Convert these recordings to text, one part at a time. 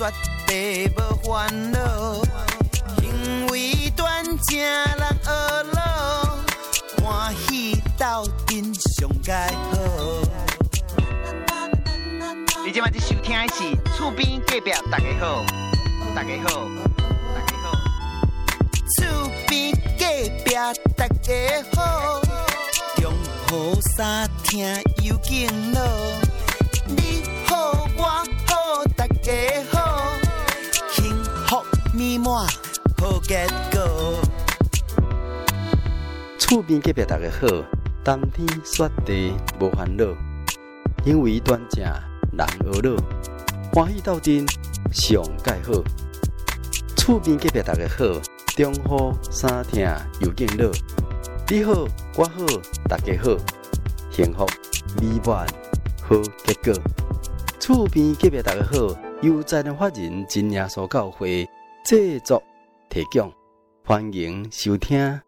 绝地无烦恼，行为端正人学老，欢喜斗阵上介好。你今摆在收听的是厝边隔壁大家好，大家好，大家好，厝边隔壁大家好，中好三听有敬老，你好我好大家好，幸福美满好结果。 厝边隔壁大家好，冬天雪地无烦恼，行为端正人学老，欢喜斗阵上介好。厝边隔壁大家好，中好三听又敬老，你好我好大家好，幸福美满好结果。厝边隔壁大家好，由在人法人真耶稣教会制作提供，欢迎收听。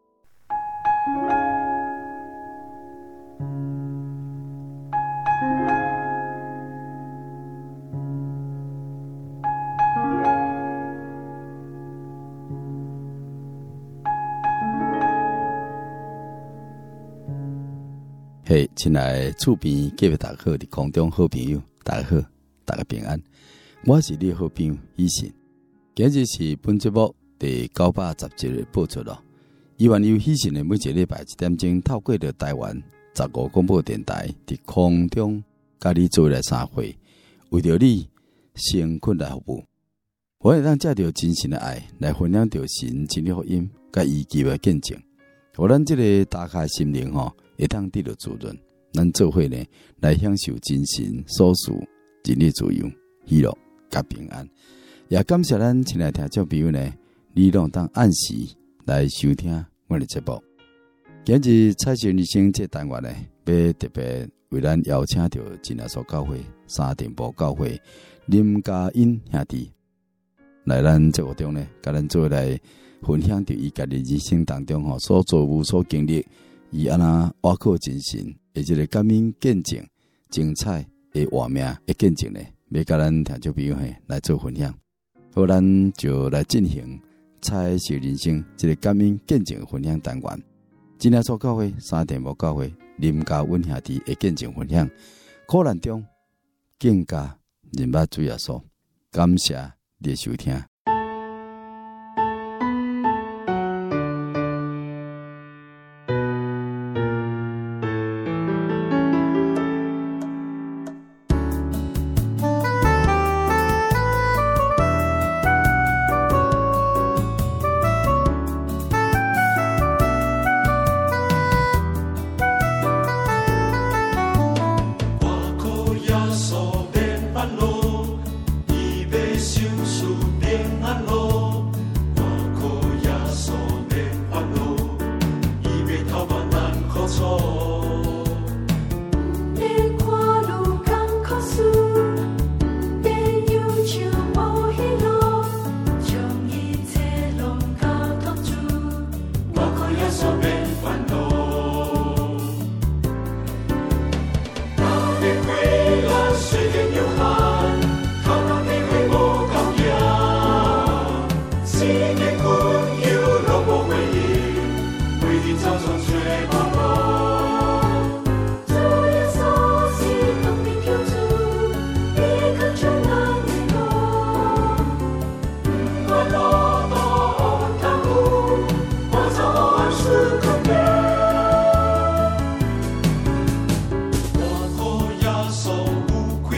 嘿，亲爱的厝边隔壁大家好，伫空中好朋友，大家好，大家平安。我是你的好朋友以信。今日是本节目第917日播出咯。希望有喜信的每一个礼拜1点钟，透过着台湾15广播电台伫空中，甲你做来相会，为着你辛苦来服务。我会当借着真心的爱来分享着神真理福音，甲伊基的见证，互咱这个打开心灵会当得到滋润，咱做伙呢来享受真神所赐真理自由、喜乐甲平安。也感谢咱亲爱听众朋友呢，你拢当按时来收听我的节目。今日彩色人生这单元呢，要特别为咱邀请到真耶稣教会三重埔教会林嘉恩兄弟来咱节目中呢，甲咱做来分享到伊家己人生当中所做无所经历。以安那挖靠真神，而这个感恩见证精彩的画面的见证呢，要甲咱听众朋友来做分享。好，咱就来进行彩色人生这个感恩见证分享单元。真耶稣教会三重埔教会林嘉恩兄弟的见证分享，苦难中更加认捌主耶稣。感谢你的收听。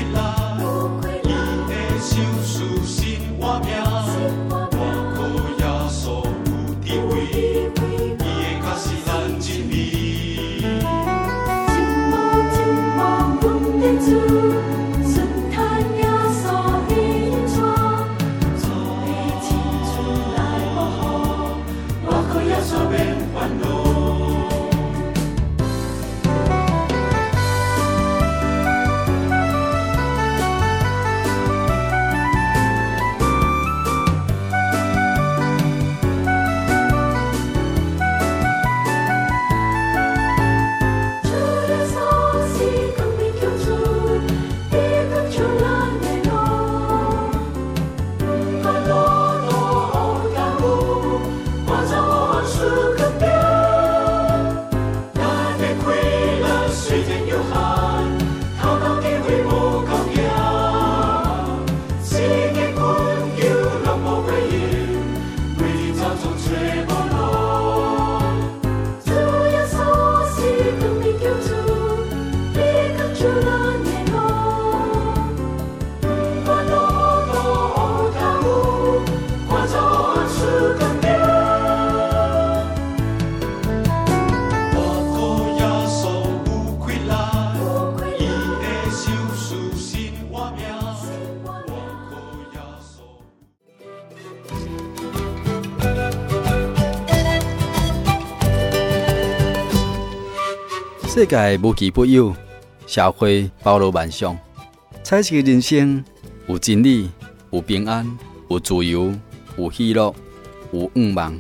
手术新画面，我可也世界无奇不有，社会包罗万象，彩色人生有真理，有平安，有自由，有喜乐，有愿望。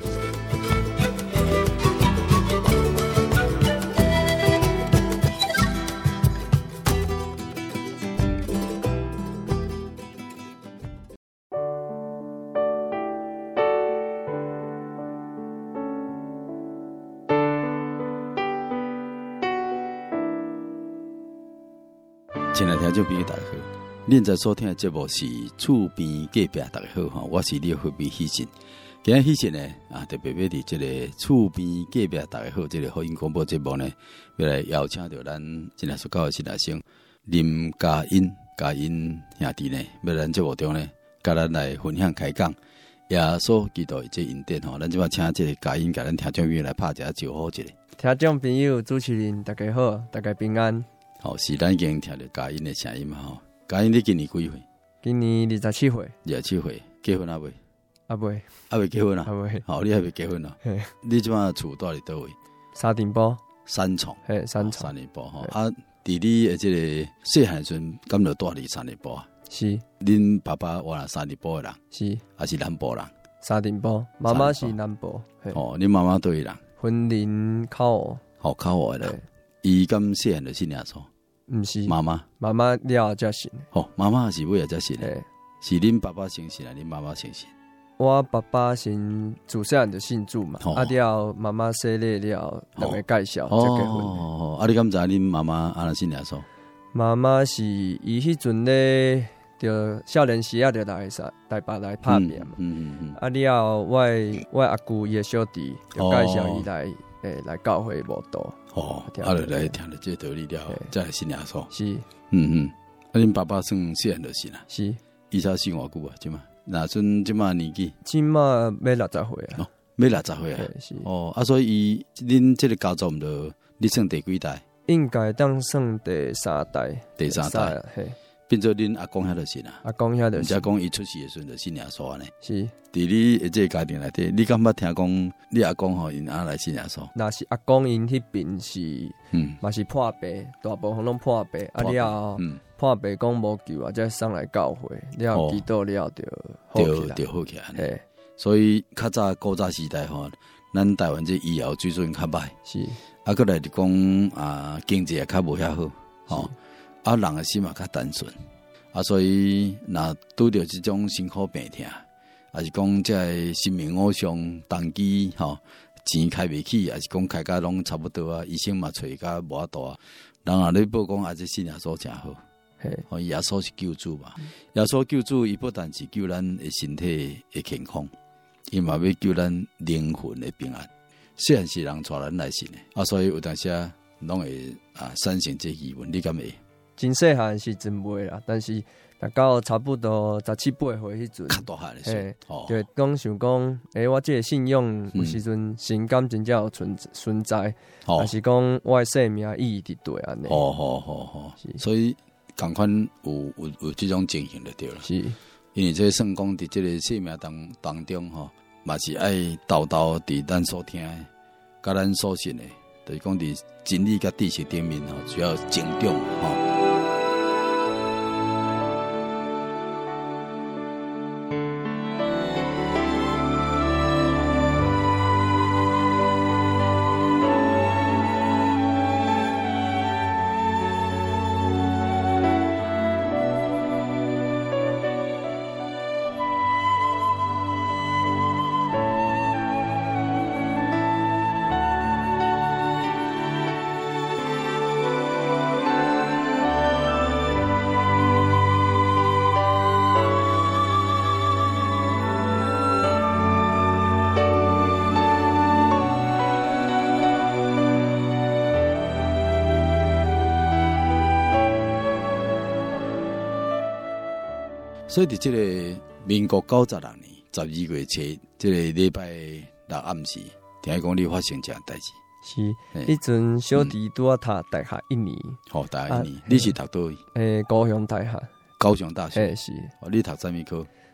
亲爱的听众朋友，大家好！您在收听的节目是厝边隔壁，大家好哈，我是你的伙伴喜信。今日喜信呢特别要伫这个厝边隔壁，大家好，这个福音广播节目呢，要来邀请到咱今日所教的新学生林嘉欣兄弟呢，要咱节目中呢，甲咱来分享开讲。耶稣基督这恩典吼，咱即马请这个嘉欣，甲咱听众朋友来拍一下招呼一下。 听众朋友、主持人，大家好，大家平安。 好，是咱已經聽到嘉欣的聲音嘛？吼，嘉欣你今年幾歲？ 今年27歲。 27歲，結婚了未？ 未， 未結婚啊？ 未。 好，你還未結婚啊？你即馬厝住佇倒位？ 沙丁埔。 三重。 三重。 三年埔吼。啊，佇你的這個細漢時陣，敢就住佇三年埔啊？ 是。 恁爸爸原來三年埔的人？ 是。還是南部人？ 沙丁埔，媽媽是南部。 哦，你媽媽對人？ 雲林口湖。 好，口湖的人。伊咁細漢就信耶穌？ 唔是媽媽了後才信。 哦，媽媽是尾後才信的。是恁爸爸先信啊？恁媽媽先信？ 我爸爸先自細漢就信主嘛，了媽媽洗禮了，兩個介紹才結婚。 哦，你敢知恁媽媽安怎信耶穌？ 媽媽是伊迄陣咧，就少年時啊，就來台北來拍拼嘛。了我阿姑伊個小弟就介紹伊來教會慕道。 哦，來聽了這道理了，再來信耶穌。 是， 恁爸爸算細漢就信啦。 是， 伊才信偌久啊？即嘛，那陣即嘛年紀？ 即嘛要60歲啊？ 要60歲啊？ 是。哦， 所以恁這個家族唔就你算第幾代？ 應該當算第三代。 第三代，嘿。變做恁阿公遐就信啦。 阿公遐就信。 唔講伊出世嘅時陣就信耶穌安尼。 是。佇你這個家庭內底，你敢捌聽講你阿公吼因安來信耶穌？ 若是阿公因迄邊是，嘛是破病，大部分攏破病，了破病講無救啊，才送來教會，了祈禱了就好起來。所以較早古早時代吼，咱台灣這醫療水準較歹，是。啊，過來就講經濟也較無遐好，吼。人的心嘛較單純，所以若拄着這種辛苦病痛，還是講這心靈偶像當機吼，錢開袂起，還是講開甲攏差不多啊，醫生嘛找甲無法度啊。人啊，你報講這信耶穌誠好，耶穌是救主嘛，耶穌救主伊不但是救咱的身體的健康，伊嘛要救咱靈魂的平安。雖然是人帶咱來信的，所以有當時攏會產生這疑問，你敢會？ 真細漢是真袂啦，但是到差不多17、18歲迄陣， 較大漢的時候， 就講想講，我這個信仰有時陣情感真正有存在，還是講我的生命意義佇對安尼。 所以同款有這種情形就對了。是，因為這算講佇這個生命當中吼，嘛是愛道佇咱所聽的，甲咱所信的，就是講佇真理甲知識頂面吼，需要成長吼。所以伫即個民國96年12月初，即個禮拜六暗時，聽講你發生這樣代志。 是，迄陣小弟拄啊讀大學1年。 好，大學1年，你是讀倒位？ 高雄大學。 高雄大學。 是。 你讀啥物科？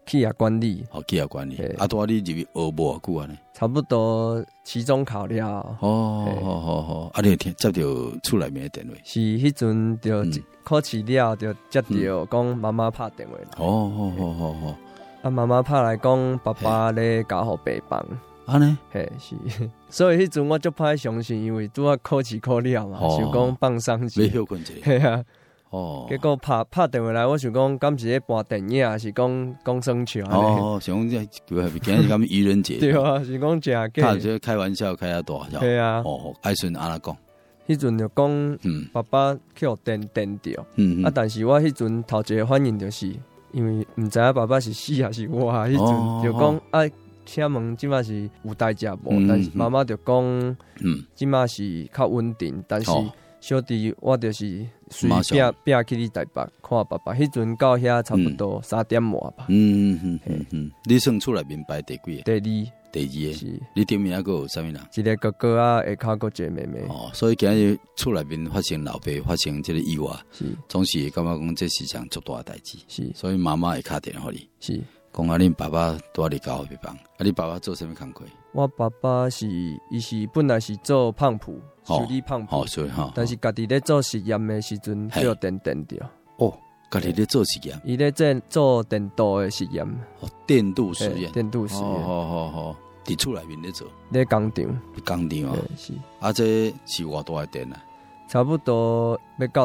企业管理， 企业管理。啊，拄你入去学无偌久啊呢？ 差不多期中考了。 好，啊，你接到厝内面的电话？ 是迄阵就考试了，就接到讲妈妈拍电话来。 好。 啊，妈妈拍来讲，爸爸咧交互爸放。 安尼？ 嘿，是。所以迄阵我就歹相信，因为拄啊考试考了嘛，想讲放松一下。 要休困一下。 嘿啊。结果拍电话来，我想讲，敢是咧播电影，还是讲生笑？ 想讲这今日敢愚人节？ 对啊，是讲正假。 他开玩笑开啊大， 对啊。 爱顺安怎讲？ 迄阵就讲，爸爸去互电掉。啊，但是我迄阵头一个反应就是，因为唔知影爸爸是死还是活。迄阵就讲啊，请问即马是有代志无？但是妈妈就讲，即马是较稳定，但是。小弟，我就是随拼去你台北看爸爸。迄阵到遐差不多3点半吧。 你算厝内面排第几个？ 第二个。你顶面还有啥物人？ 一个哥哥啊，下骹个一个妹妹。 所以今日厝内面发生老爸发生这个意外，总是感觉讲这是件足大的代志。是，所以妈妈会打电话你。是。讲啊，恁爸爸拄啊伫交别帮，你爸爸做啥物工课？ 我爸爸伊是本来是做胖谱，修理胖谱，但是家己咧做实验的时阵，叫电掉。 家己咧做实验， 伊咧做电镀的实验。 电镀实验， 好， 伫厝内面咧做， 咧工厂啊。是，啊，这是偌大的电啊？ 差不多要到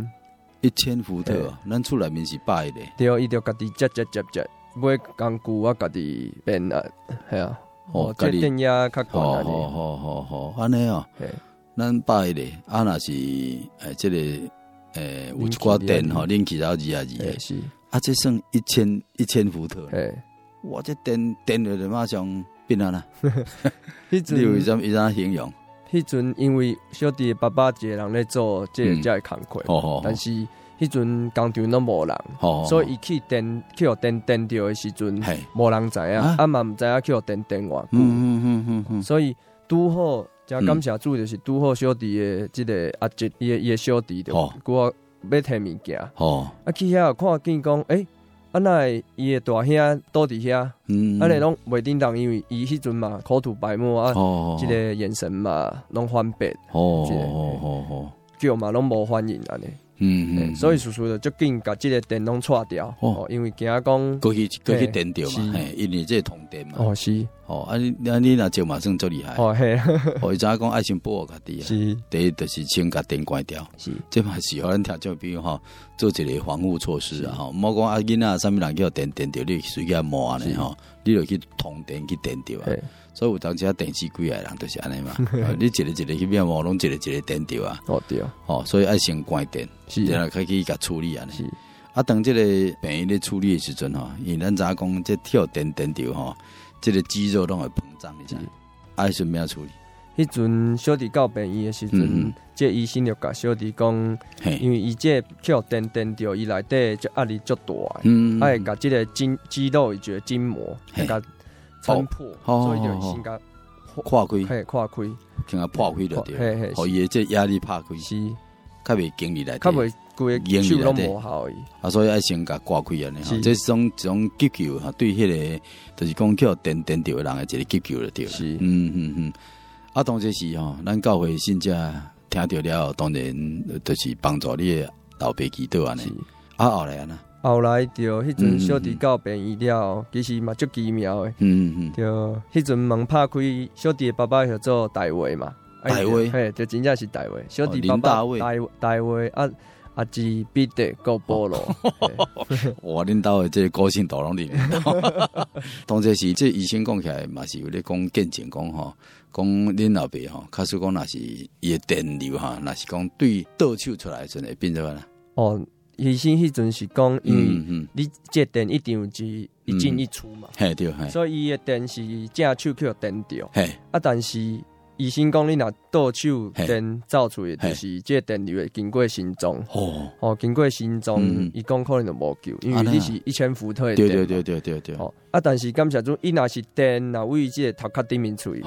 1000 伏特啊，咱厝内面是8个。 对，伊就家己接。买工具我家己变啊，系啊，这电压较悬啊。 好，安尼哦。咱8个，啊若是这个有一寡电吼，冷气然后2个。是。啊，这算1000伏特。哇，这电就马上变啊啦。迄阵你有怎形容？ 迄阵因为小弟爸爸一个人咧做这会工课，但是。迄阵工厂拢无人，所以伊去互电掉的时阵，无人知影，啊嘛毋知影去互电偌久。所以拄好，真感谢主，就是拄好小弟的即个阿叔，伊的小弟就我要摕物件，啊去遐看见讲，啊那伊的大兄倒伫遐，安尼拢袂叮当，因为伊迄阵嘛口吐白沫啊，即个眼神嘛拢翻白，叫嘛拢无反应安尼。所以叔叔就足紧把这个电拢拆掉，因为惊讲过去电掉嘛，因为这通电嘛。 是， 你若照嘛算足厉害。 嘿， 伊早讲爱先保护家己啊。是，第一就是先把电关掉。是，这嘛是互咱听众朋友吼做一个防护措施啊。吼，莫讲囡仔啥物人叫电掉，你随便摸安尼吼，你就去通电去电掉啊。所以有当时电视几个人都是安尼嘛，你一个去变摸，拢一个电掉啊。对，所以爱先关电，然后开始甲处理安尼。啊，当这个病院咧处理的时阵吼，因为咱早讲这跳电掉吼，这个肌肉拢会膨胀一下，爱顺便处理。 迄阵小弟到病院的时阵，这医生就甲小弟讲，因为伊这跳电掉，伊内底就压力足大，爱甲这个肌肉一个筋膜，甲撑破，所以就先甲跨开，听下破开就对，互伊这压力破开，是，较袂经历来， 较袂规个手拢无效伊， 所以爱先甲挂开安尼吼，这种急救哈，对迄个就是讲叫电掉的人的一个急救就对了，是，啊，当这是吼，咱教会信者听到了，当然就是帮助你的老爸祈祷安尼，啊，后来呢？ 后来就迄阵小弟到病院了，其实嘛足奇妙的。就迄阵门拍开，小弟的爸爸叫做大卫嘛。 大卫， 嘿，就真正是大卫。小弟爸爸大卫啊，阿姊彼得够保罗。 哇，恁兜的这个个性都拢里面。当这是这医生讲起来嘛是有咧讲见证讲吼，讲恁老爸吼，假使讲若是伊的电流哈，若是讲对倒手出来的时阵会变做哪？ 医生迄阵是讲，因为你这电一定有一进一出嘛， 对， 所以伊的电是正手去电掉，但是医生讲你若倒手电走出去，就是这电流会经过心脏，经过心脏，伊讲可能就无救，因为你是1000伏特的电，对，但是感谢主，伊若是电若为这个头壳顶面出去，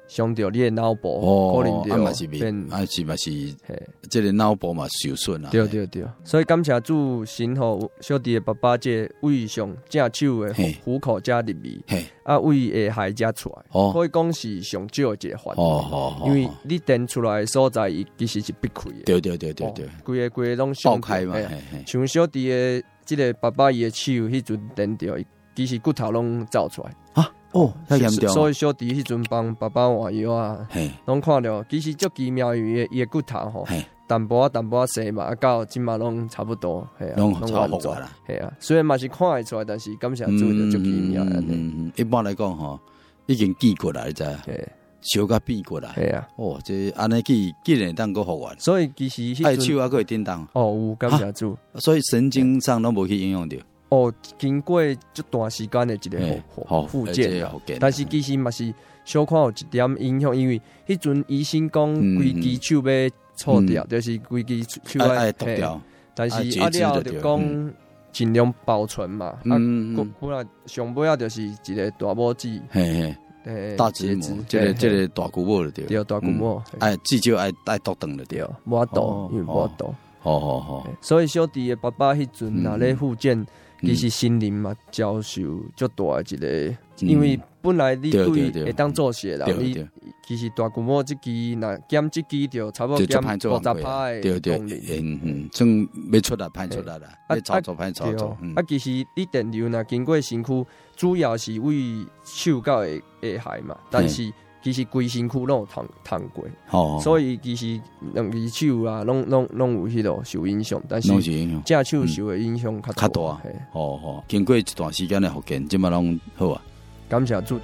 伤到你的脑部，可能就嘛是这个脑部嘛受损啊。 对，所以感谢主，神互小弟的爸爸这胃上正手的虎口加入味，胃下海加出来，可以讲是上少的一个反应。因为你电出来的所在，其实是闭开的。 对， 规个拢爆开嘛。像小弟的这个爸爸伊的手，迄阵电到，其实骨头拢走出来啊。太严重。 所以小弟迄阵帮爸爸换药啊，拢看到其实足奇妙，伊的骨头吼，淡薄仔细嘛，到即嘛拢差不多， 拢差不多啦。 虽然嘛是看会出来，但是感谢主就足奇妙安尼。 一般来讲吼，已经记过来，知影？小甲变过来。这安尼既然当个复原， 所以其实迄阵手还可以叮当。 有感谢主。 所以神经上拢无去影响到。 经过这段时间的一个复健啦，但是其实嘛是小可有一点影响，因为迄阵医生讲规支手要错掉，就是规支手要剁掉。 但是了就讲尽量保存嘛。本来上尾啊就是一个大拇指， 大指拇，这个大骨拇就对，大骨拇， 至少爱剁断了对， 无剁，因为无剁。所以小弟的爸爸迄阵若咧复健。其实心灵嘛，遭受足大一个，因为本来你对会当做事啦，你其实大规模这支那减这支就差不多减50%的功力， 正要出来歹出来啦，要操作歹操作。 其实你电流呢经过身躯，主要是为手到下海嘛，但是其实规身躯拢有烫过，所以其实两只手啊，拢有迄落受影响，但是正手受的影响较大。 经过一段时间的复健，即马拢好啊。 感谢主。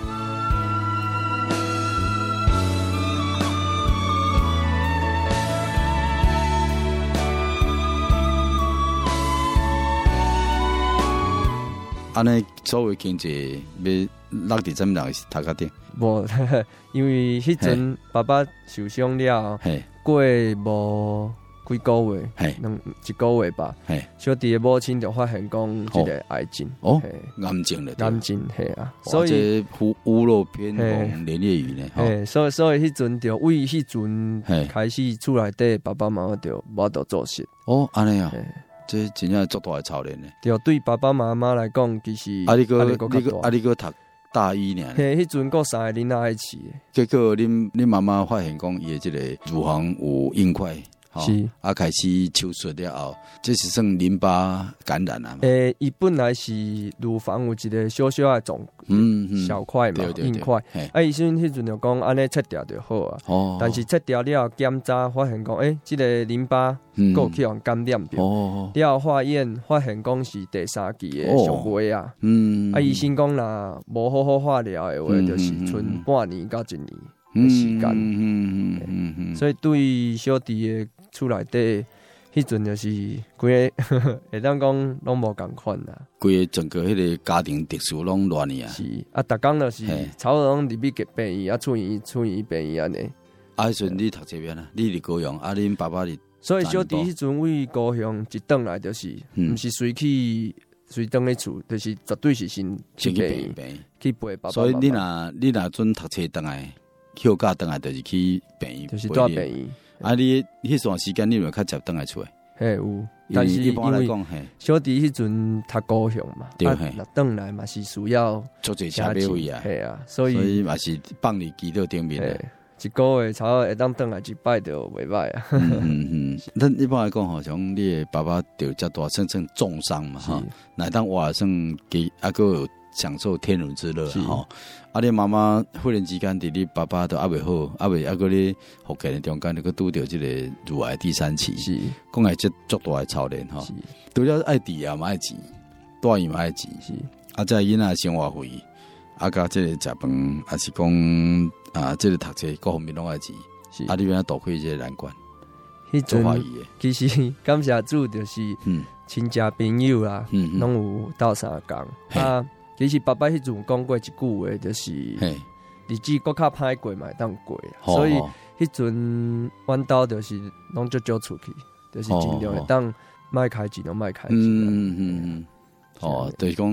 安尼所谓经济要落伫怎么样头壳顶？ 无，因为迄阵爸爸受伤了，过无几个月，一个月吧。小弟的母亲就发现讲这个癌症， 癌症了， 癌症啊， 所以屋漏偏逢连夜雨呢。 所以迄阵就为迄阵开始厝内底爸爸妈妈就无得做事。 安尼啊。这真正足大的操练呢。 对爸爸妈妈来讲，其实你个读大一呢？ 迄阵个3个囡仔一起。 结果恁妈妈发现讲伊的这个乳房有硬块，是开始手术了后，这是算淋巴感染啊。 伊本来是乳房有一个小小的小块嘛，硬块。医生迄阵就讲安尼切掉就好啊。但是切掉了后检查发现讲，这个淋巴有去互感染掉。了化验发现讲是第3期的上尾啊。医生讲若无好好化疗的话，就是剩半年到1年的时间。所以对小弟的厝内底，迄阵就是规个会当讲拢无共款啦。 规个整个迄个家庭特殊拢乱去啊。 是逐工就是差不多拢入去病院出院病院安尼。 迄阵你读这边啊？你伫高雄，恁爸爸伫。 所以小弟迄阵为高雄一转来就是，毋是随转去厝，就是绝对是先去病院去陪爸爸。 所以你若准读册转来，休假转来，就是去病院， 就是住病院。 你迄段时间你有较接转来厝诶？ 有，但是一般来讲， 小弟迄阵读高雄嘛，若转来嘛是需要做者车马费啊，所以嘛是放你基到顶面诶。 一个月差不多会当转来1摆就袂歹啊。 咱一般来讲吼，像你的爸爸得遮大算重伤嘛哈，乃当活算给个有享受天伦之乐哈。你妈妈忽然之间伫你爸爸都未好，未个你复健的中间，你个拄到这个乳癌第3期，是讲来这足大的操练哈。除了爱治也嘛爱钱，住院嘛爱钱，是再囡仔生活费，甲这个食饭，还是讲这个读册各方面拢爱钱，你要躲开这个难关。 迄阵其实感谢主，就是亲戚朋友啦，拢有斗相共。其实爸爸迄阵讲过一句话，就是日子搁较歹过嘛，当过。所以迄阵阮兜就是拢足出去，就是尽量会当卖开钱，拢卖开钱。 就是讲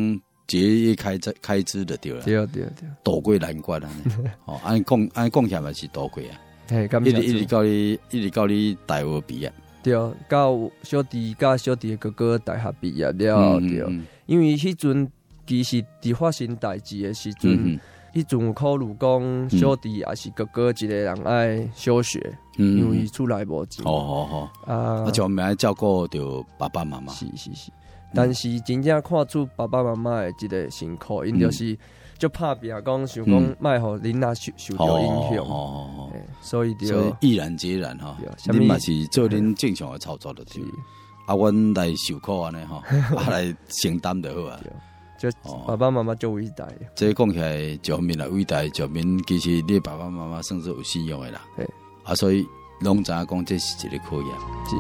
节约开支的对了， 对， 渡过难关啊！哦，按讲起来是渡过啊，一直到你大学毕业， 对，到小弟甲小弟的哥哥大学毕业了，对，因为迄阵其实伫发生代志的时阵，迄阵有考虑讲小弟也是哥哥一个人爱休学，因为厝内无钱， 啊，就没爱照顾着爸爸妈妈， 是。但是真正看出爸爸妈妈的一个辛苦，因就是就怕别讲想讲卖互囡仔受到影响，所以就毅然决然哈，恁嘛是做恁正常的操作就对，啊，阮来受苦安尼哈，啊来承担就好啊。 就爸爸妈妈就伟大， 这讲起来，上面来伟大，上面其实你爸爸妈妈算是有信用的啦，啊，所以拢知影讲这是一个考验， 是。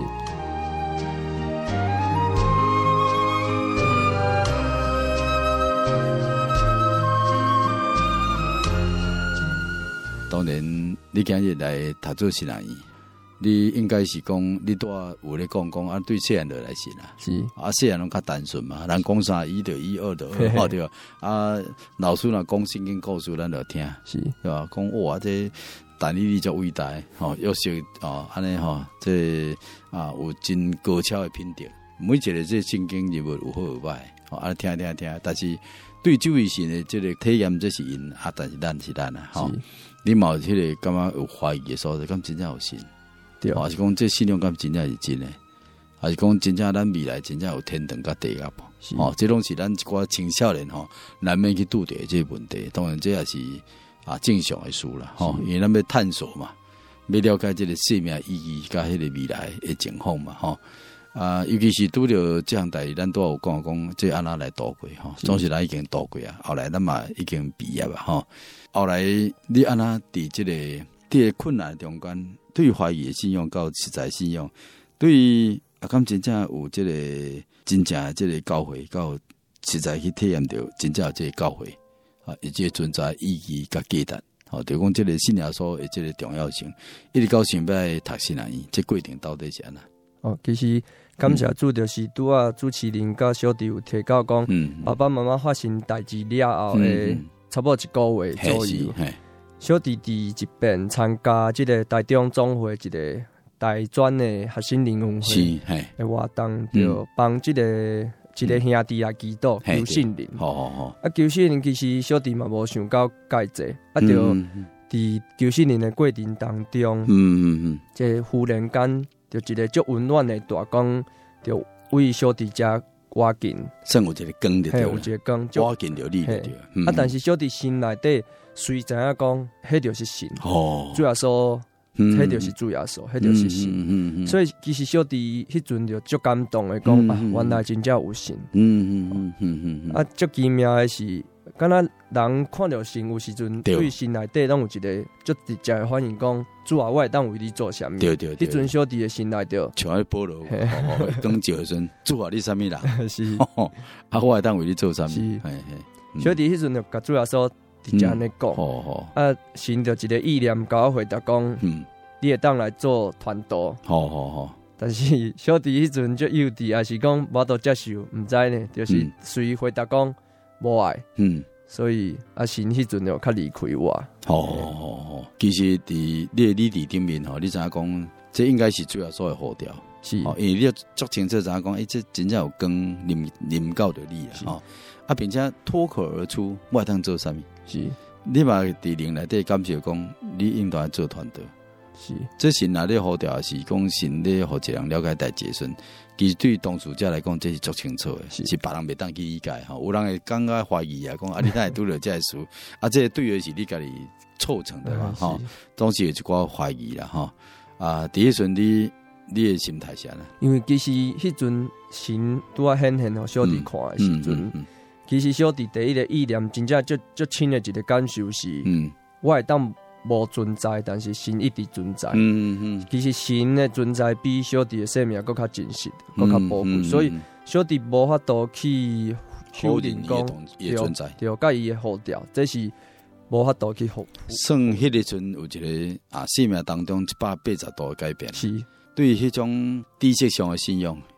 当然，你今日来读做新人医，你应该是讲你拄有咧讲啊，对细汉的来是啦， 是啊，细汉拢较单纯嘛，咱讲啥一就一，二就二，对吧？啊，老师若讲圣经故事，咱就听， 是对吧？讲哇，这但你足伟大，优秀哦，安尼吼，这啊有真高超的品德，每一个这圣经人物有好有歹，啊，听，但是对这位神的这个体验，这是因啊，但是咱是咱啊，吼。你嘛有迄个感觉有怀疑的时候，敢真正有信，对，还是讲这信用感真正是真的，还是讲真正咱未来真正有天堂甲地狱？哦，这拢是咱一寡青少年吼难免去拄着这个问题。当然，这也是啊正常的事啦，吼，因为咱要探索嘛，要了解这个生命意义甲迄个未来的情况嘛，吼。啊，尤其是拄着这项代志，咱都有讲这安那来度过吼，总是咱已经度过啊，后来咱嘛已经毕业了吼。后来你安那伫这个困难中间，对于怀疑的信用到实在信用，对于啊，敢真正有这个真正的这个教诲，到实在去体验到真正这个教诲啊，以及存在意义甲价值。好，就讲这个信仰所的这个重要性，一直到想要读新人医，这过程到底是安那？ 哦，其实感谢主，就是拄啊主持人甲小弟有提到讲，爸爸妈妈发生代志了后的差不多一个月左右，小弟伫一边参加这个台中总会一个大专的核心灵运会的活动，就帮这个一个兄弟来祈祷求圣灵。好，啊求圣灵其实小弟嘛无想到介济，啊就伫求圣灵的过程当中，这忽然间。就一个足温暖的大光，就为小弟家挖进， 算有一个光就对了， 有一个光， 挖进就你就对了。 啊，但是小弟心内底虽知影讲，迄就是神，主要说，迄就是主要说，迄就是神。所以其实小弟迄阵就足感动的讲啊，原来真正有神。啊，足奇妙的是。敢若人看到神有时阵，对神内底拢有一个足直接的反应，讲主啊，我会当为你做啥物？对，迄阵小弟的心内底， 像迄菠萝，刚叫时阵，主啊，你啥物人？是，啊，我会当为你做啥物？ 小弟迄阵就甲主啊说直接安尼讲，啊，神就一个意念甲我回答讲，你会当来做传道。但是小弟迄阵就幼稚，还是讲无都接受，毋知呢，就是随回答讲。无爱，所以啊，神迄阵就较离开我。 其实伫你的理智顶面吼，你知影讲，这应该是主要所的呼调，是，因为你足清楚知影讲，这真正有光临到着你啦，啊，并且脱口而出，我会当做啥物？是，你嘛伫灵内底感受讲，你应当做团队。是，这神哪里呼调是讲神咧，互一人了解代志时，其实对当事者来讲，这是足清楚的，是别人袂当去理解哈。有人会感觉怀疑啊，讲啊，你哪会拄着这个事啊？这对的是你家己凑成的嘛，哈，总是有一寡怀疑啦，哈啊。第一阵你的心态是安怎？ 因为其实迄阵神拄啊显现互小弟看的时阵，其实小弟第一个意念真正足深的一个感受是，我会当。无存在，但是神一直存在。其实神的存在比小弟的生命更较真实，更较宝贵。所以小弟无法度去否定讲伊存在， 对，甲伊的呼调，这是无法度去否。 算迄个阵有一个啊，生命当中180度的改变。是对迄种知识上的信用，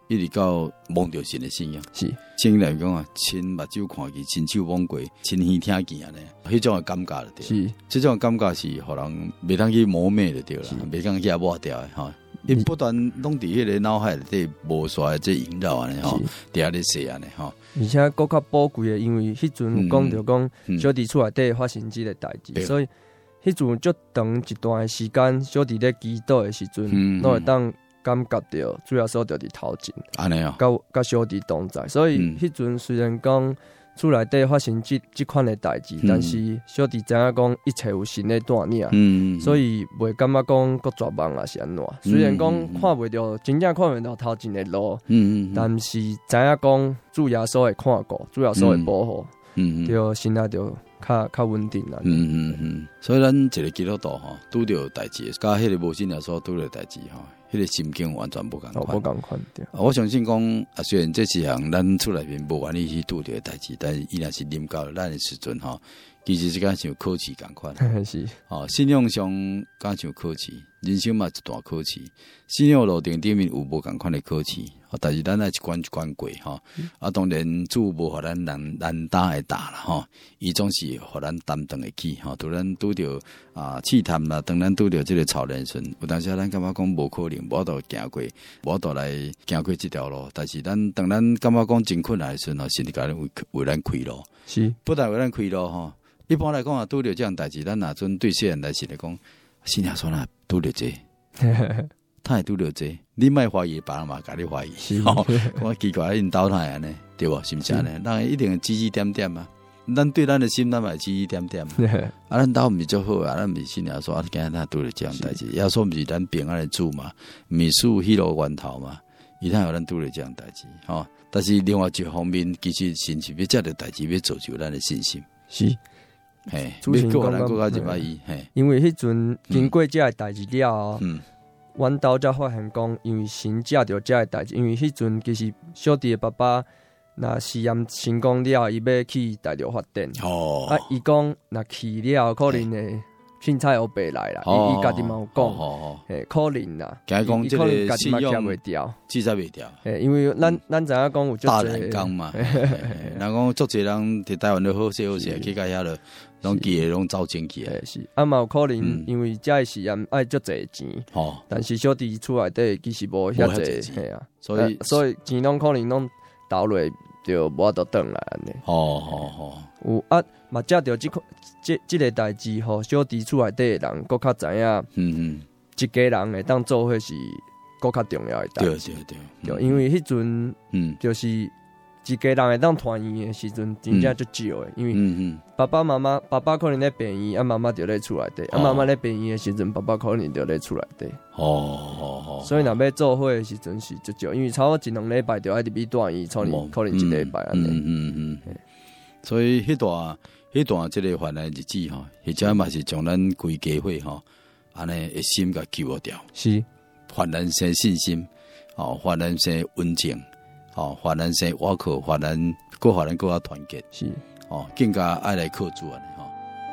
一直到摸到神的信仰。 是， 先来讲啊，亲目睭看见，亲手摸过，亲耳听见安尼，迄种的感觉就对。 是， 这种感觉是互人袂当去磨灭就对啦，袂当去抹掉的吼。伊不断拢伫迄个脑海里底无煞的这萦绕安尼吼，伫遐咧说安尼吼。 而且更较宝贵的，因为迄阵有讲着讲小弟厝内底发生即个代志，所以迄阵足长一段时间，小弟咧祈祷的时阵，拢会当感觉到主要所着伫头前， 安尼啊， 甲小弟同在。所以迄阵虽然讲厝内底发生即款的代志，但是小弟知影讲一切有神的带领，所以袂感觉讲搁绝望也是安怎。虽然讲看袂到，真正看袂到头前的路，但是知影讲主耶稣会看顾，主耶稣会保护，就心内就较稳定啦。 所以咱一个基督徒吼，拄着代志，甲迄个无信耶稣拄着代志吼，迄个心境完全无共款。 无共款对。 我相信讲，虽然这是项咱厝内面无愿意去拄着代志，但是伊若是临到咱的时阵吼，其实是敢像考试共款。 是哦，信仰上敢像考试，人生嘛一段考试。信仰路程顶面有无共款的考试，但是咱爱一关一关过吼。当然主无互咱难打会打啦吼，伊总是互咱担当会起吼。当咱拄着试探啦，当咱拄着这个超人生，有当时咱感觉讲无可能，无法度行过，无法度来行过这条路。但是当咱感觉讲真困难的时阵，神甲咱为咱开路， 是不但为咱开路吼。一般来讲啊，拄着这样代志，咱若阵对世人来说来讲，信仰说啦，拄着这，他会拄着这，你莫怀疑，别人嘛甲你怀疑，我奇怪，因倒来安尼，对无？是毋是安尼？咱一定指指点点啊，咱对咱的心，咱嘛指指点点。咱倒毋是足好啊，咱毋是信仰说，今日咱拄着这样代志，耶稣毋是咱平安的主嘛，毋是属迄路源头嘛，伊通有咱拄着这样代志，吼。但是另外一方面，其实神是要借着代志，要造就咱的信心， 是。 嘿，要过咱过较入来伊，嘿， 因为迄阵经过这个代志了，阮兜才发现讲，因为神借着这个代志，因为迄阵其实小弟的爸爸若试验成功了，伊要去大陆发展，伊讲若去了，可能会凊彩有白来啦，伊家己嘛有讲，可能啦， 伊可能家己嘛接袂掉， 记载袂掉， 因为咱知影讲有大染缸嘛，人讲足侪人伫台湾都好势好势，去到遐了。拢记诶，拢走前去诶， 是嘛有可能，因为这实验爱足侪钱，但是小弟厝内底其实无遐侪，系啊，所以钱拢可能拢投落就无法度转来安尼。有嘛借着即个代志吼，小弟厝内底诶人搁较知影，一家人会当做伙是搁较重要诶代志。对，因为迄阵，就是一家人会当团圆的时阵，真正足少的，因为爸爸妈妈，爸爸可能咧病院，妈妈就咧厝内底，妈妈咧病院的时阵，爸爸可能就咧厝内底。所以若要做伙的时阵是足少，因为差不多一两礼拜就爱入去住院，可能一礼拜安尼。 所以迄段这个患难日子吼，或者嘛是将咱规家伙吼，安尼的心甲救活掉。 是患难生信心，患难生温情。患难生瓦靠，患难更加团结， 是更加爱来靠主安尼吼。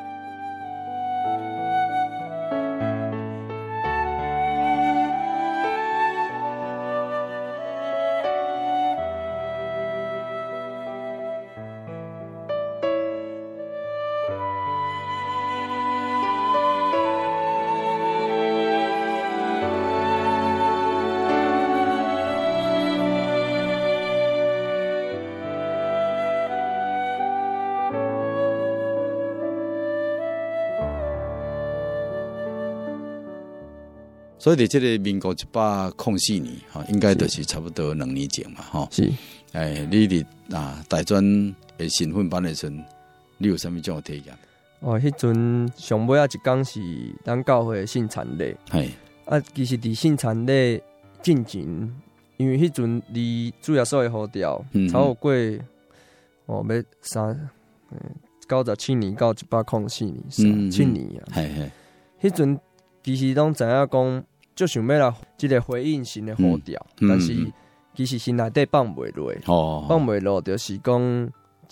所以，这个民国104年，应该就是差不多2年前嘛， 是， 你伫大专的身份班的时阵，你有啥物种体验？ 迄阵上尾一天是咱教会圣餐礼，其实伫圣餐礼进前，因为迄阵离主耶稣的呼召，差不多过要97年到104年，7年啊。迄阵其实拢知影讲。就想要来即个回应神的呼召，但是其实心内底放袂落，放袂落就是讲，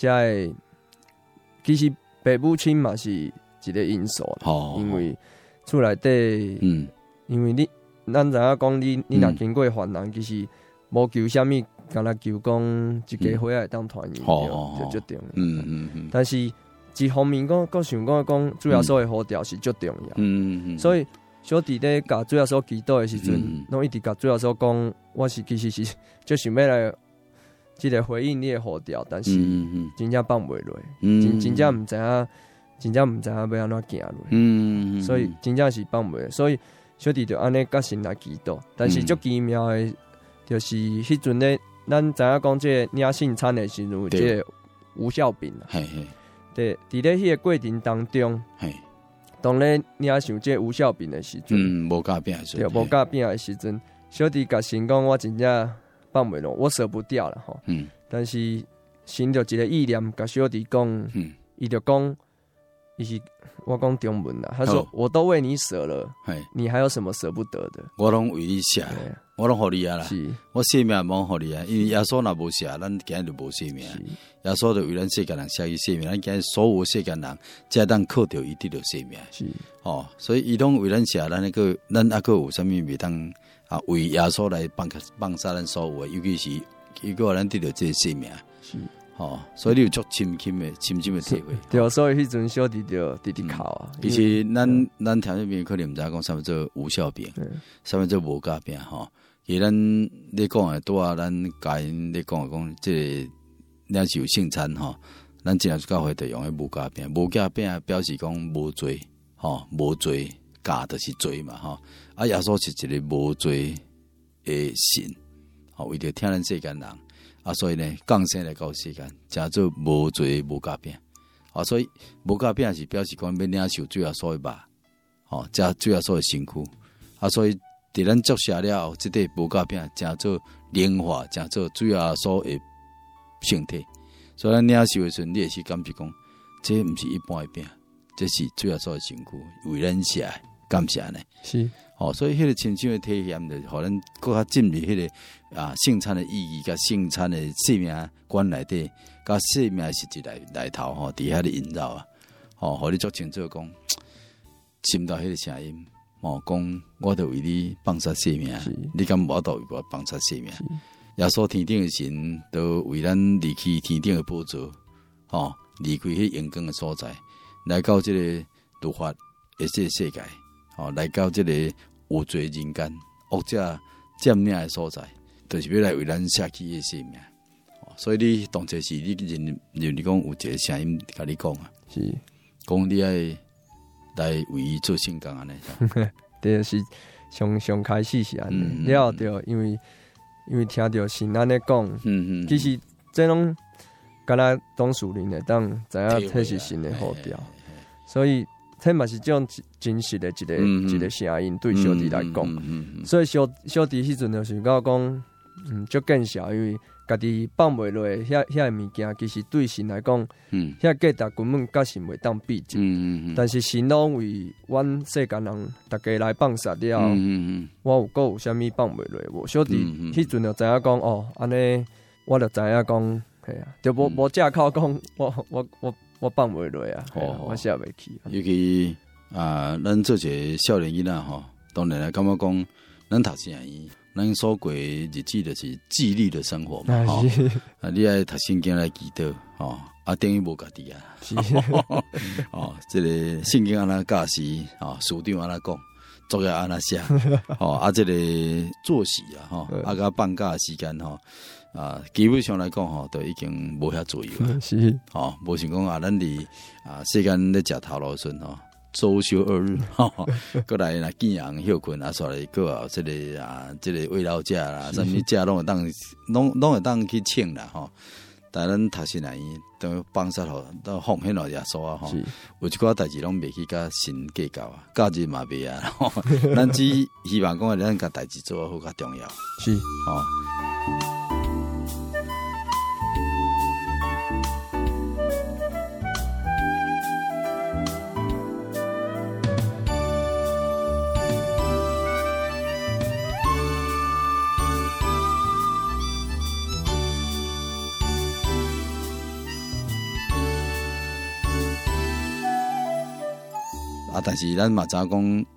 其实爸母亲嘛是一个因素，因为厝内底，因为咱知影讲你若经过患难，其实无求啥物，敢若求讲一家伙仔会当团圆，就足重要。但是一方面讲，佫想讲主耶稣的呼召是足重要。所以小弟咧甲主耶稣祈祷的时阵，拢一直甲主耶稣讲，我是其实是就想要来即个回应你的呼召，但是真正放袂落，真正毋知影。真正毋知影要安怎行落，所以真正是放袂。所以小弟就安尼甲神来祈祷。但是足奇妙的，就是迄阵咧，咱知影讲即个领圣餐的时阵，即个吴孝斌啦。对，伫咧迄个过程当中，当咧领想即个吴孝斌的时阵， 无甲变的时阵， 对，无甲变的时阵，小弟甲神讲，我真正放袂落，我舍不掉了吼。但是神就一个意念甲小弟讲，伊就讲。伊是我讲中文啦，他说我都为你舍了，你还有什么舍不得的？ 我拢为你舍，我拢互你啊啦。我生命无互你啊，因为耶稣若无舍，咱今日就无生命。耶稣就为咱世间人舍去生命，咱今日所有世间人，才当靠着伊得到生命。所以伊拢为咱舍，咱还佫有啥物袂当啊？为耶稣来放下咱所有，尤其是伊个咱得到这个生命。所以你有足深深的体会。 对，所以迄阵小弟就直直哭啊。 其实咱听这边可能毋知讲啥物做无效病，啥物做无甲病吼。其实咱咧讲的拄啊，咱家人咧讲即个领受圣餐吼，咱真系教会就用迄无甲病。无甲病表示讲无罪无罪，甲就是罪嘛吼。啊，耶稣是一个无罪的神，为着听咱世间人。所以呢，降生来到世间，真做无罪无甲病。所以无甲病是表示讲要领受主耶稣的肉，加主耶稣的身躯。所以伫咱注射了后，即个无甲病真做灵化，真做主耶稣的身体。所以咱领受的时阵，你也是感觉讲，这毋是一般的病，这是主耶稣的身躯为咱写的，感谢呢。 是。 所以迄个亲像的体验，就互咱更加进入迄个圣餐的意义，甲圣餐的生命观内底，甲生命实际来头伫遐的萦绕啊，互你足清楚讲，心到迄个声音，讲我著为你放下生命，你敢无到为我放下生命？耶稣天顶的神都为咱离开天顶的宝座，离开迄阳光的所在，来到这个律法的这个世界，来到这个有罪人间恶者占领的所在，就是要来为咱舍弃的生命。所以你当初是你认讲有一个声音甲你讲啊， 是讲你爱来为伊做圣工安尼。 对，是上开始是安尼，了后就因为听到神安尼讲，其实这种敢若当事人会当知影这是神的呼召，所以。这嘛是种真实的一个声音，对小弟来讲，所以小弟迄阵就想到讲，足见笑，因为家己放袂落遐个物件，其实对神来讲，遐价值根本甲神袂当比较。但是神拢为阮世间人大家来放下了，我有啥物放袂落无？小弟迄阵就知影讲，安尼我就知影讲，系啊，就无借口讲我放袂落啊，我写袂起。 尤其咱做一个少年囡仔吼，当然来感觉讲，咱读圣经，咱所过日子就是纪律的生活嘛。你爱读圣经来祈祷，等于无家己啊。这个圣经安那教示，书长安那讲，作业安那写，这个作息啊，甲放假的时间基本上来讲都已经无遐自由了。 是， 无像讲咱伫世间咧食头路阵周休2日，过来啦见人休困煞来过后这个慰劳假啦，啥物假拢会当去请啦但咱读圣经都放下都奉献了耶稣啊有一寡代志拢袂去甲神计较啊，假日嘛袂啊，咱只希望讲咱甲代志做好较重要。 是但是咱嘛知影讲，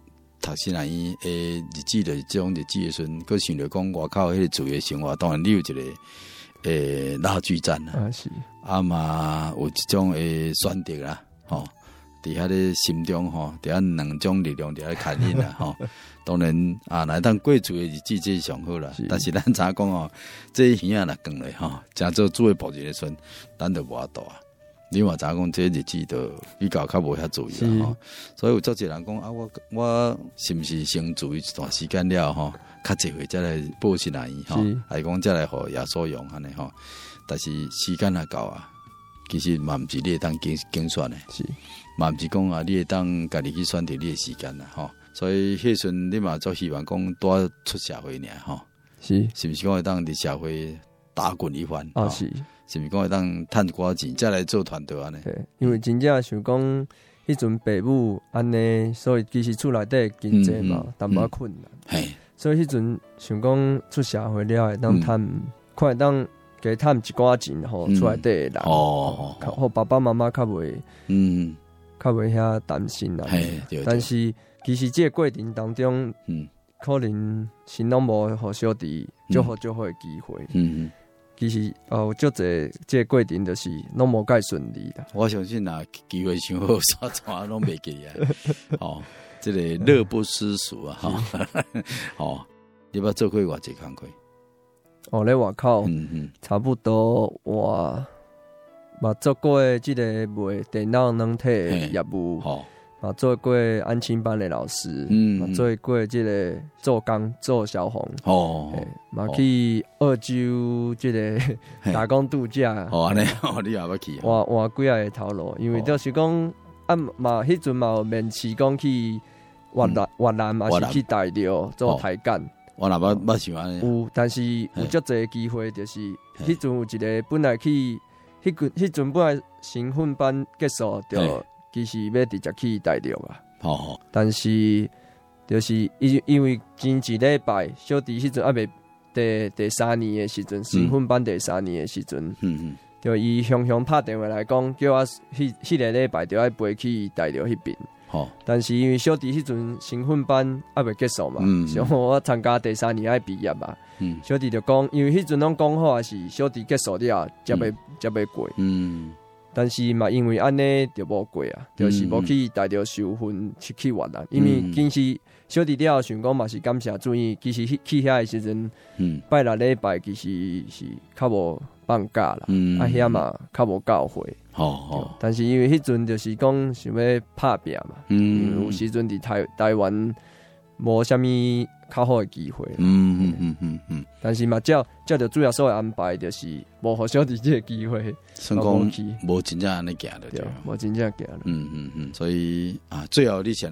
读新南医诶日子的这种日子的时阵，佮想着讲外口迄个自由生活，当然你有一个拉锯战啊， 是嘛有一种选择啦，吼，伫遐咧心中吼，伫遐两种力量伫遐牵引啦，吼。当然来当过自的日子这是上好啦，但是咱查讲哦，这鱼啊若讲咧吼，真做做诶步一个顺，咱就无法度啊。你话查讲这日子就比较无遐注意啦吼，所以有足侪人讲啊，我是毋是先注意一段时间了吼，较济岁再来报新南医吼，还是讲再来互耶稣用安尼吼。但是时间也到啊，其实嘛毋是你会当竞选诶，嘛毋是讲啊，你会当家己去选择你诶时间啦吼。所以迄阵你嘛做希望讲多出社会尔吼，是毋是讲会当伫社会打滚一番啊？是毋是讲会当趁一寡钱再来做团队安尼？ 因为真正想讲迄阵爸母安尼，所以其实厝内底经济嘛淡薄困难，所以迄阵想讲出社会了会当趁，看会当加趁一寡钱吼，厝内底诶人互爸爸妈妈较袂遐担心啦。但是其实这个过程当中，可能是拢无互小弟足好诶机会。其实有足侪这个过程就是拢无介顺利啦。 我相信啊，机会上好，啥怎拢袂记啊。哦，这个乐不思蜀啊，你要做过偌济工课？ 咧外口，差不多我嘛做过这个卖电脑软体业务。嘛做过安亲班的老师，嘛做过这个做工做消防，嘛去澳洲这个打工度假， 安尼，你也要去？ 换几下个头路，因为就是讲嘛，迄阵嘛有面试讲去越南嘛是去大陆做台干， 我若捌想安尼， 有，但是有足侪机会，就是迄阵有一个本来去迄阵本来新训班结束就。其实要直接去大陆啊，但是就是因为前一礼拜小弟迄阵还未第三年的时阵，新训班第三年的时阵，就伊雄拍电话来讲，叫我迄个礼拜就要飞去大陆迄边。但是因为小弟迄阵新训班还未结束嘛，像我参加第三年爱毕业嘛，小弟就讲，因为迄阵拢讲好是小弟结束了才要过。但是嘛，因为安尼就无过啊，就是无去大陆受训去越南，因为其实小弟了想讲嘛是感谢主意，其实去遐的时阵，拜六礼拜其实是较无放假啦，遐嘛较无教会。但是因为迄阵就是讲想要拍拼嘛，因为有时阵伫台湾无啥物较好的机会。但是嘛，照着主要所安排，就是无互小弟这个机会， 算讲无真正安尼行的， 对，无真正行。 所以最后你想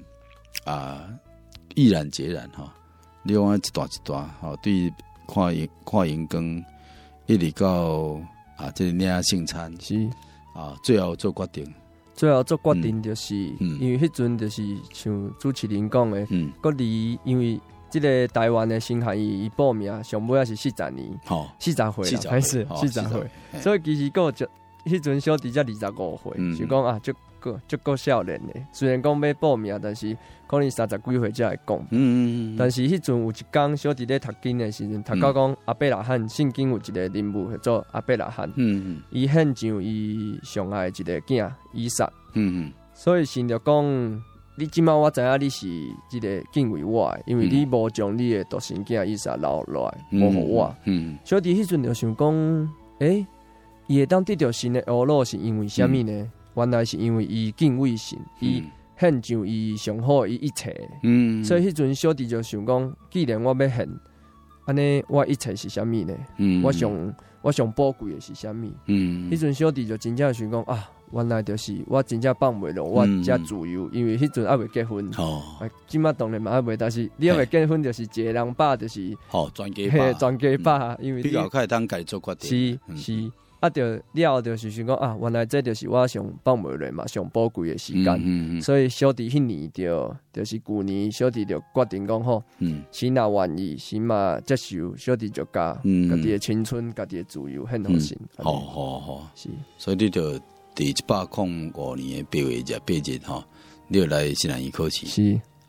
毅然决然哈，你讲一段一段对看荧光，一直到这领圣餐是最后做决定。 最后做决定就是，因为迄阵就是像主持人讲的，搁离因为这个台湾的新汉伊报名上尾也是40年，40岁啦，开始40岁，所以其实搁迄阵小弟才25岁，就讲足够少年的。虽然讲要报名，但是可能30几岁才会讲。但是迄阵有一天小弟咧读经的时阵，读到讲阿伯拉罕圣经有一个人物叫做阿伯拉罕，伊献上伊上爱一个囝以撒。所以神就讲，你即摆我知影你是即个敬畏我的，因为你无将你的独生囝以撒留落来，无互我。小弟迄阵就想讲，伊会当得到神的懊恼是因为啥物呢？原来是因为伊敬畏神，伊献上伊上好伊一切。所以迄阵小弟就想讲，既然我要献，安尼我一切是啥物呢？我上宝贵的是啥物？迄阵小弟就真正想讲原来就是我真正放袂落，我才自由，因为迄阵还未结婚。即马当然嘛还未，但是你还未结婚，就是一个人把就是全家把，因为比较快当家做决定。 是。就了就是想讲原来这就是我上放袂落嘛，上宝贵的时间。所以小弟迄年就是旧年，小弟就决定讲好，神若愿意，神嘛接受，小弟就家己的青春，家己的自由献互神。 好，是。所以你就第105年的8月日，你就来新南医考试。 是。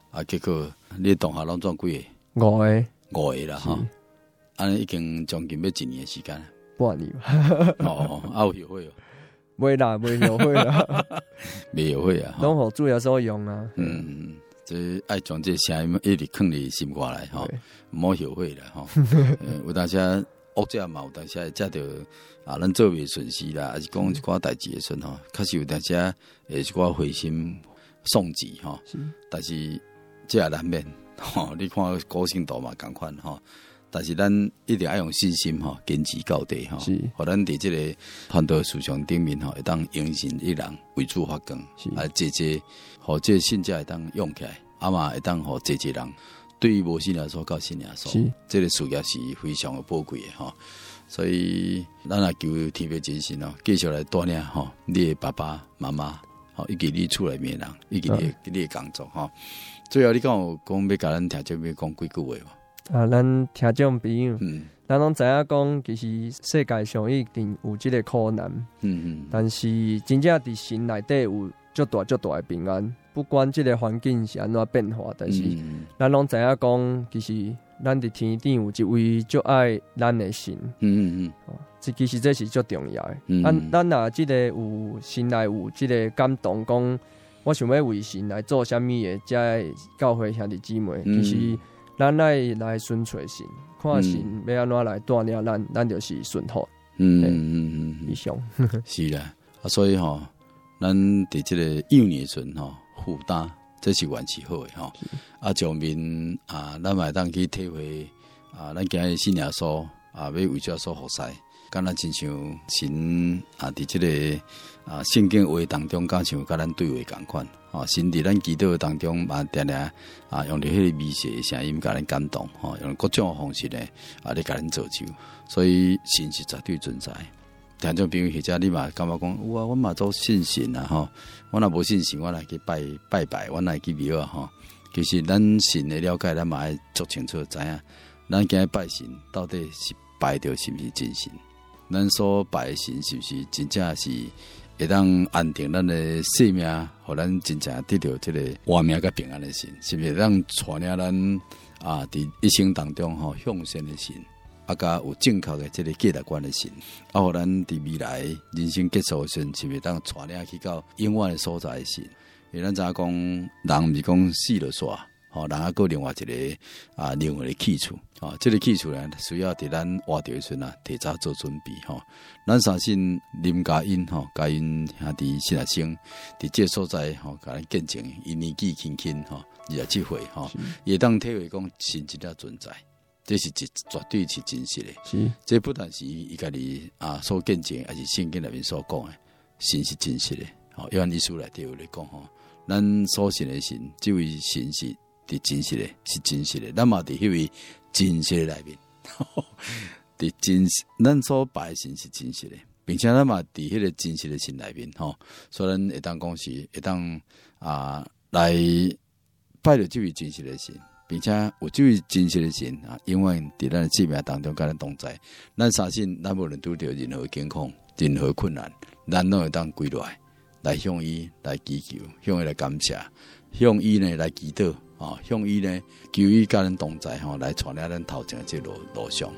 结果你同学拢总几个？5个啦哈，安尼已经将近要1年的时间， 半年哦，有后悔哦。 袂啦，袂后悔啦， 袂后悔啊！ 拢互主要所用啊。 这爱将这声音一直放伫心肝内吼，唔好后悔啦吼。有当时恶者嘛，有当时会食着咱做袂顺时啦，还是讲一寡代志的时候，确实有当时会一寡灰心丧志吼。但是这也难免吼，你看高兴度嘛共款吼。但是咱一定要用信心吼，坚持到底吼，互咱伫这个传道事上顶面吼，会当用心一人为主发光，啊，互这信者会当用起来，啊嘛会当互人对于无信来说到信来说，这个事业是非常的宝贵的吼。所以咱也求天父真神哦，继续来带领吼，你的爸爸妈妈吼，以及你厝内面人，以及你的工作吼。最后你敢有讲要甲咱听众要讲几句话无？ 咱听众朋友，咱拢知影讲，其实世界上一定有这个苦难，但是真正伫心内底有足大的平安。不管这个环境是安怎变化，但是咱拢知影讲，其实咱伫天顶有一位足爱咱的神，其实这是足重要的。咱若这个有心内有这个感动，讲我想要为神来做啥物的，这教会兄弟姊妹，其实。咱来顺随神，看神要安怎来带领咱就是顺服。以上是啦，所以吼，咱伫这个幼年时吼负担，这是完全好的吼。上面咱嘛当去体会咱今日信仰所要为着所服侍，敢若真像神伫这个圣经话当中，敢像甲咱对话共款。神伫咱祈祷当中嘛，定定用着迄个微细的声音，甲咱感动，用各种方式咧，咧甲咱造就，所以神是绝对存在。听众朋友或者你嘛感觉讲，我嘛做信神啊，吼，我若无信神，我来去拜拜，我来去庙啊，吼。其实咱神的了解，咱嘛爱足清楚知影，咱今日拜神到底是拜着是毋是真神？咱所拜的神是毋是真正是？会当安定咱的生命，互咱真正得到这个活命甲平安的神，是不是让带领咱伫一生当中向善的神，甲有正确的这个价值观的神，互咱伫未来人生结束的时，是不是当带领去到永远的所在的神？因为咱知讲人毋是讲死了煞。人还有另外一个另外的去处这个去处呢，需要伫咱活着的时阵提早做准备咱相信林嘉欣嘉欣兄弟新生伫这所在甲咱见证，伊年纪轻轻27岁也当体会讲神真正存在，这是绝对是真实的。是，这不但是伊家己所见证，还是圣经内面所讲的，神是真实的。约翰一书内底有咧讲咱所信的神，这位神是。伫真实的，是真实的，咱嘛伫迄位真实的内面，伫真实，咱所拜的神是真实的，并且咱嘛伫迄个真实的神内面，所以咱会当讲是会当来拜着这位真实的神，并且有这位真实的神永远伫咱的生命当中甲咱同在。咱相信，咱无论拄着任何境况、任何困难，咱都会当归来向伊来祈求，向伊来感谢，向伊呢来祈祷。向伊呢，求伊甲咱同在来带领咱头前这路上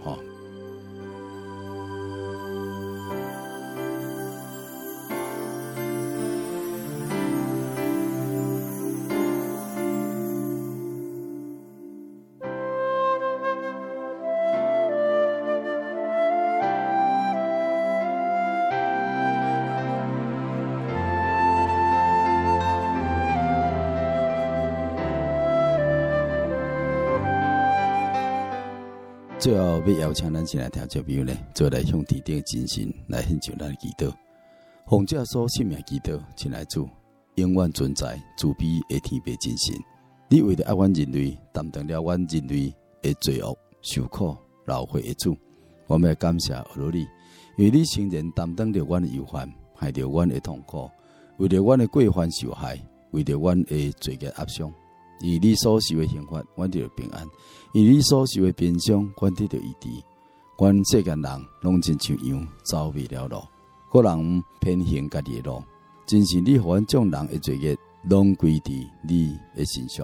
最后要邀请咱先来听这朋友呢，做来向天顶真神来献上咱的祈祷。奉这所信命祈祷，亲爱主，永远存在慈悲的天父真神。你为了爱阮人类，担当了阮人类的罪恶、受苦、劳悔的主，我们要感谢而你，因为你诚然担当了阮的忧患，害着阮的痛苦，为了阮的过犯受害，为了阮的罪孽压伤。以你所受的刑罚，阮得到平安；以你所受的鞭伤，阮得到医治。阮世间人拢真像羊走未了路，个人偏行家己的路。真是你互阮众人的罪孽拢归伫你的身上。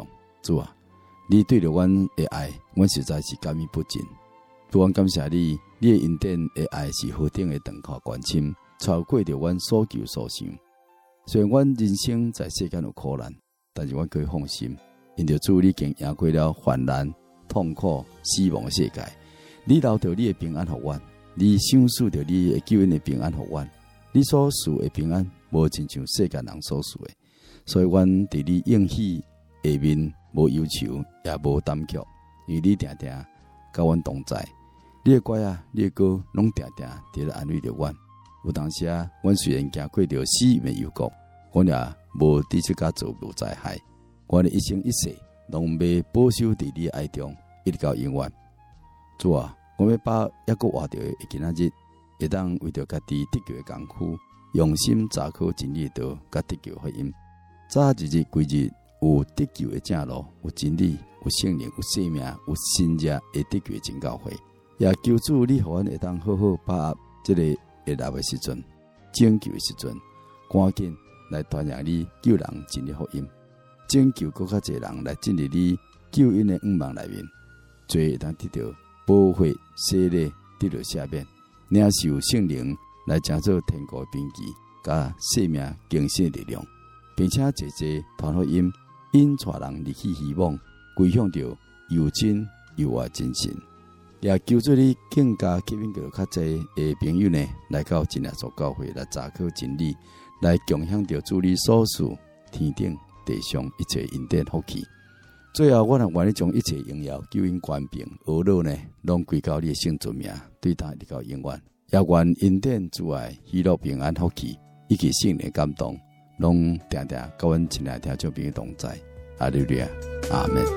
主啊，你对着阮的爱，阮实在是感恩不尽。主，阮感谢你，你的恩典的爱是何等的长阔关心，超过着阮所求所想。虽然阮人生在世间有苦难，但是阮可以放心，因着主你已经赢过了患难、痛苦、死亡的世界。你留着你的平安给阮，你享受着你的救恩的平安给阮。你所赐的平安，无亲像世间人所赐的，所以阮伫你应许下面无忧愁，也无担忧，因为你定定甲阮同在。你的歌啊，你的歌，拢定定伫咧安慰着阮。有当时啊，阮虽然行过着死荫的幽谷，阮也无伫即甲遭无灾害。阮的一生一世，拢要保守伫你的爱中，一直到永远。主啊，我要把抑阁活着的今仔日，会当为着家己得救的功夫，用心查考真理的道，甲得救福音。早一日规日有得救的正路，有真理，有圣灵，有生命，有新约的得救的真教会。也求主你互阮会当好好把握这个会来的时阵，拯救的时阵，赶紧来传扬你救人真理福音，拯救更较侪人来进入你救恩的光芒内面，最会当得到保护、洗礼，得到赦免，领受圣灵来成做天国的兵器，甲生命更新的力量，并且节节传福音，引带人离去希望，归向着又真又爱真神。也求助你更加吸引到较侪的朋友呢，来到真耶稣教会来查考真理，来共享着主你所赐天顶地上一切恩典福气。最后，我也愿意将一切荣耀、救恩、权柄、恶乐呢，拢归到你的圣尊名，对他直到永远。也愿恩典、主爱、喜乐、平安、福气，以及圣灵感动，拢定定甲阮亲爱听众朋友同在。哈利路亚，阿门。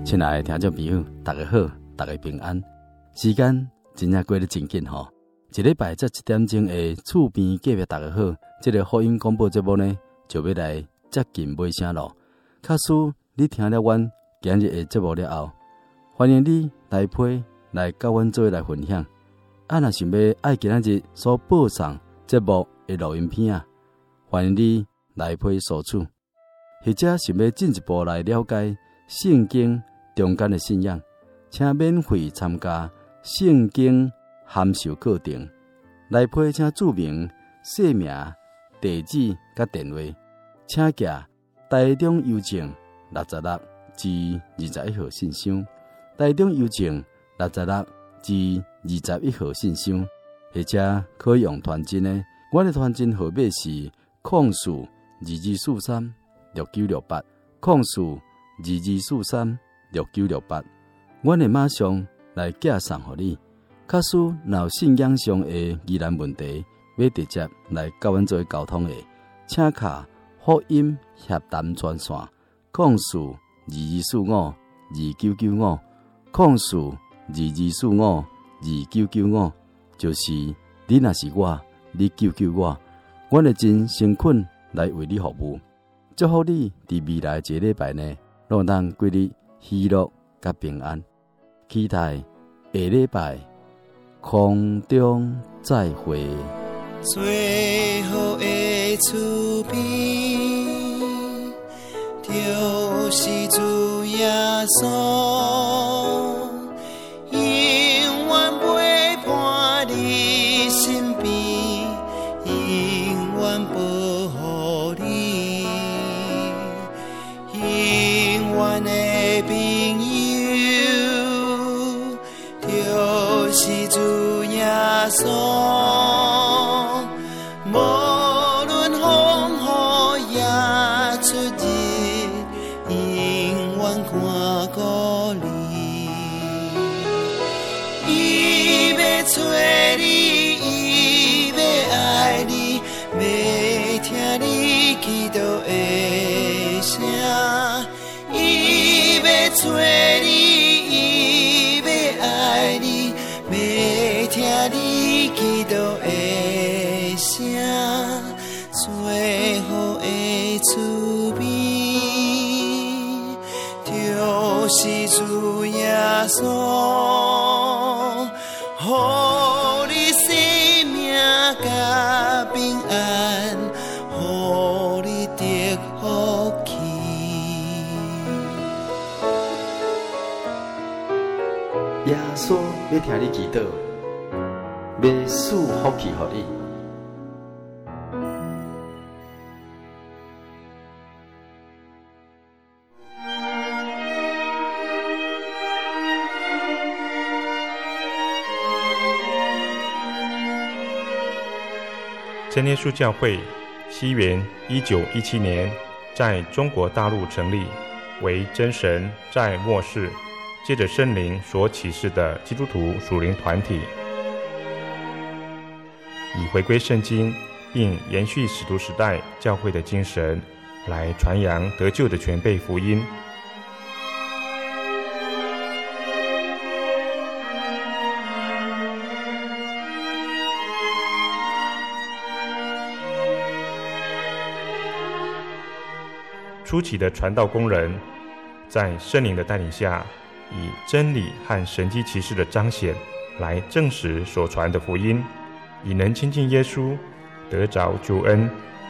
亲爱的听众朋友，大家好，大家平安。时间真正过得真紧吼，一礼拜才1点钟的厝边隔壁大家好，这个福音广播节目呢，就要来接近尾声咯。假使你听了阮今日的节目了后，欢迎你来批来跟阮做来分享。若想要爱今仔日所播送节目的录音片啊，欢迎你来批索取。或者想要进一步来了解圣经中间的信仰，请免费参加圣经函授课程。来批请注明姓名、地址甲电话，请寄台中邮政66至21号信箱，台中邮政66至21号信箱，或者可以用传真的。我的传真号码是0422436968，0422436968。我会马上来寄送给你。假使有信仰上的疑难问题，要直接来跟阮做沟通的，请卡福音协谈专线，0422452995，0422452995，就是你若是我，你救救我，我会真诚恳来为你服务。祝福你伫未来一个礼拜呢，让咱过日喜乐甲平安。期待下礼拜空中再会。 最后的厝边，就是主耶稣，永远陪伴你身边，永远保护你，永远的朋友，就是主耶稣。无论风雨也出日，永远看顾你。伊要找你，伊要爱你，要听你祈祷的声。伊要找你，伊要爱你，要听你祈祷的声。最好的厝边，就是主耶稣，予你生命甲平安，予你得福气。 耶稣要听你祈祷，要赐福气予你。 真耶稣教会西元1917年在中国大陆成立，为真神在末世借着圣灵所启示的基督徒属灵团体，以回归圣经并延续使徒时代教会的精神，来传扬得救的全备福音。初期的传道工人在圣灵的带领下，以真理和神迹奇事的彰显来证实所传的福音，以能亲近耶稣，得着救恩。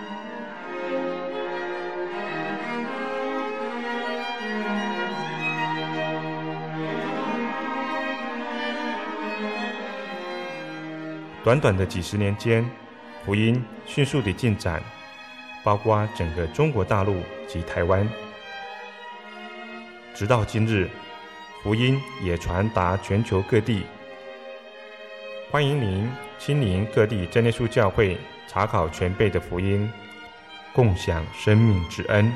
短短的几十年间，福音迅速地进展，包括整个中国大陆及台湾。直到今日，福音也传达全球各地。欢迎您亲临各地真耶稣教会，查考全备的福音，共享生命之恩。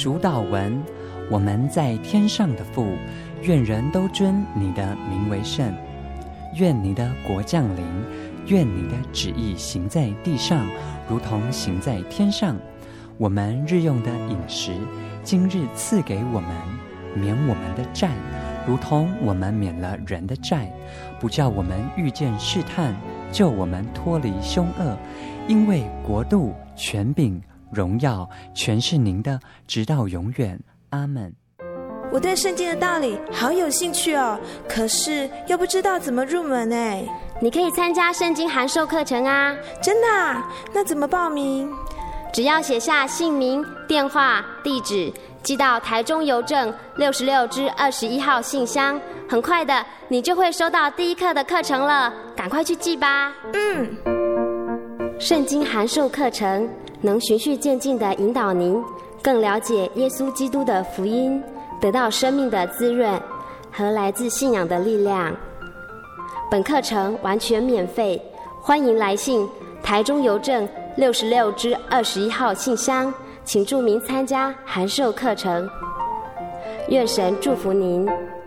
主祷文：我们在天上的父，愿人都尊你的名为圣。愿你的国降临，愿你的旨意行在地上，如同行在天上。我们日用的饮食，今日赐给我们，免我们的债，如同我们免了人的债，不叫我们遇见试探，救我们脱离凶恶。因为国度、权柄、荣耀，全是您的，直到永远。阿们。 我对圣经的道理好有兴趣哦，可是又不知道怎么入门哎。 你可以参加圣经函授课程啊。 真的啊？那怎么报名？ 只要写下姓名、电话、地址，寄到台中邮政66支21号信箱，很快的你就会收到第一课的课程了，赶快去寄吧。圣经函授课程能循序渐进地引导您更了解耶稣基督的福音，得到生命的滋润和来自信仰的力量。本课程完全免费，欢迎来信台中邮政66支21号信箱，请注明参加函授课程。愿神祝福您。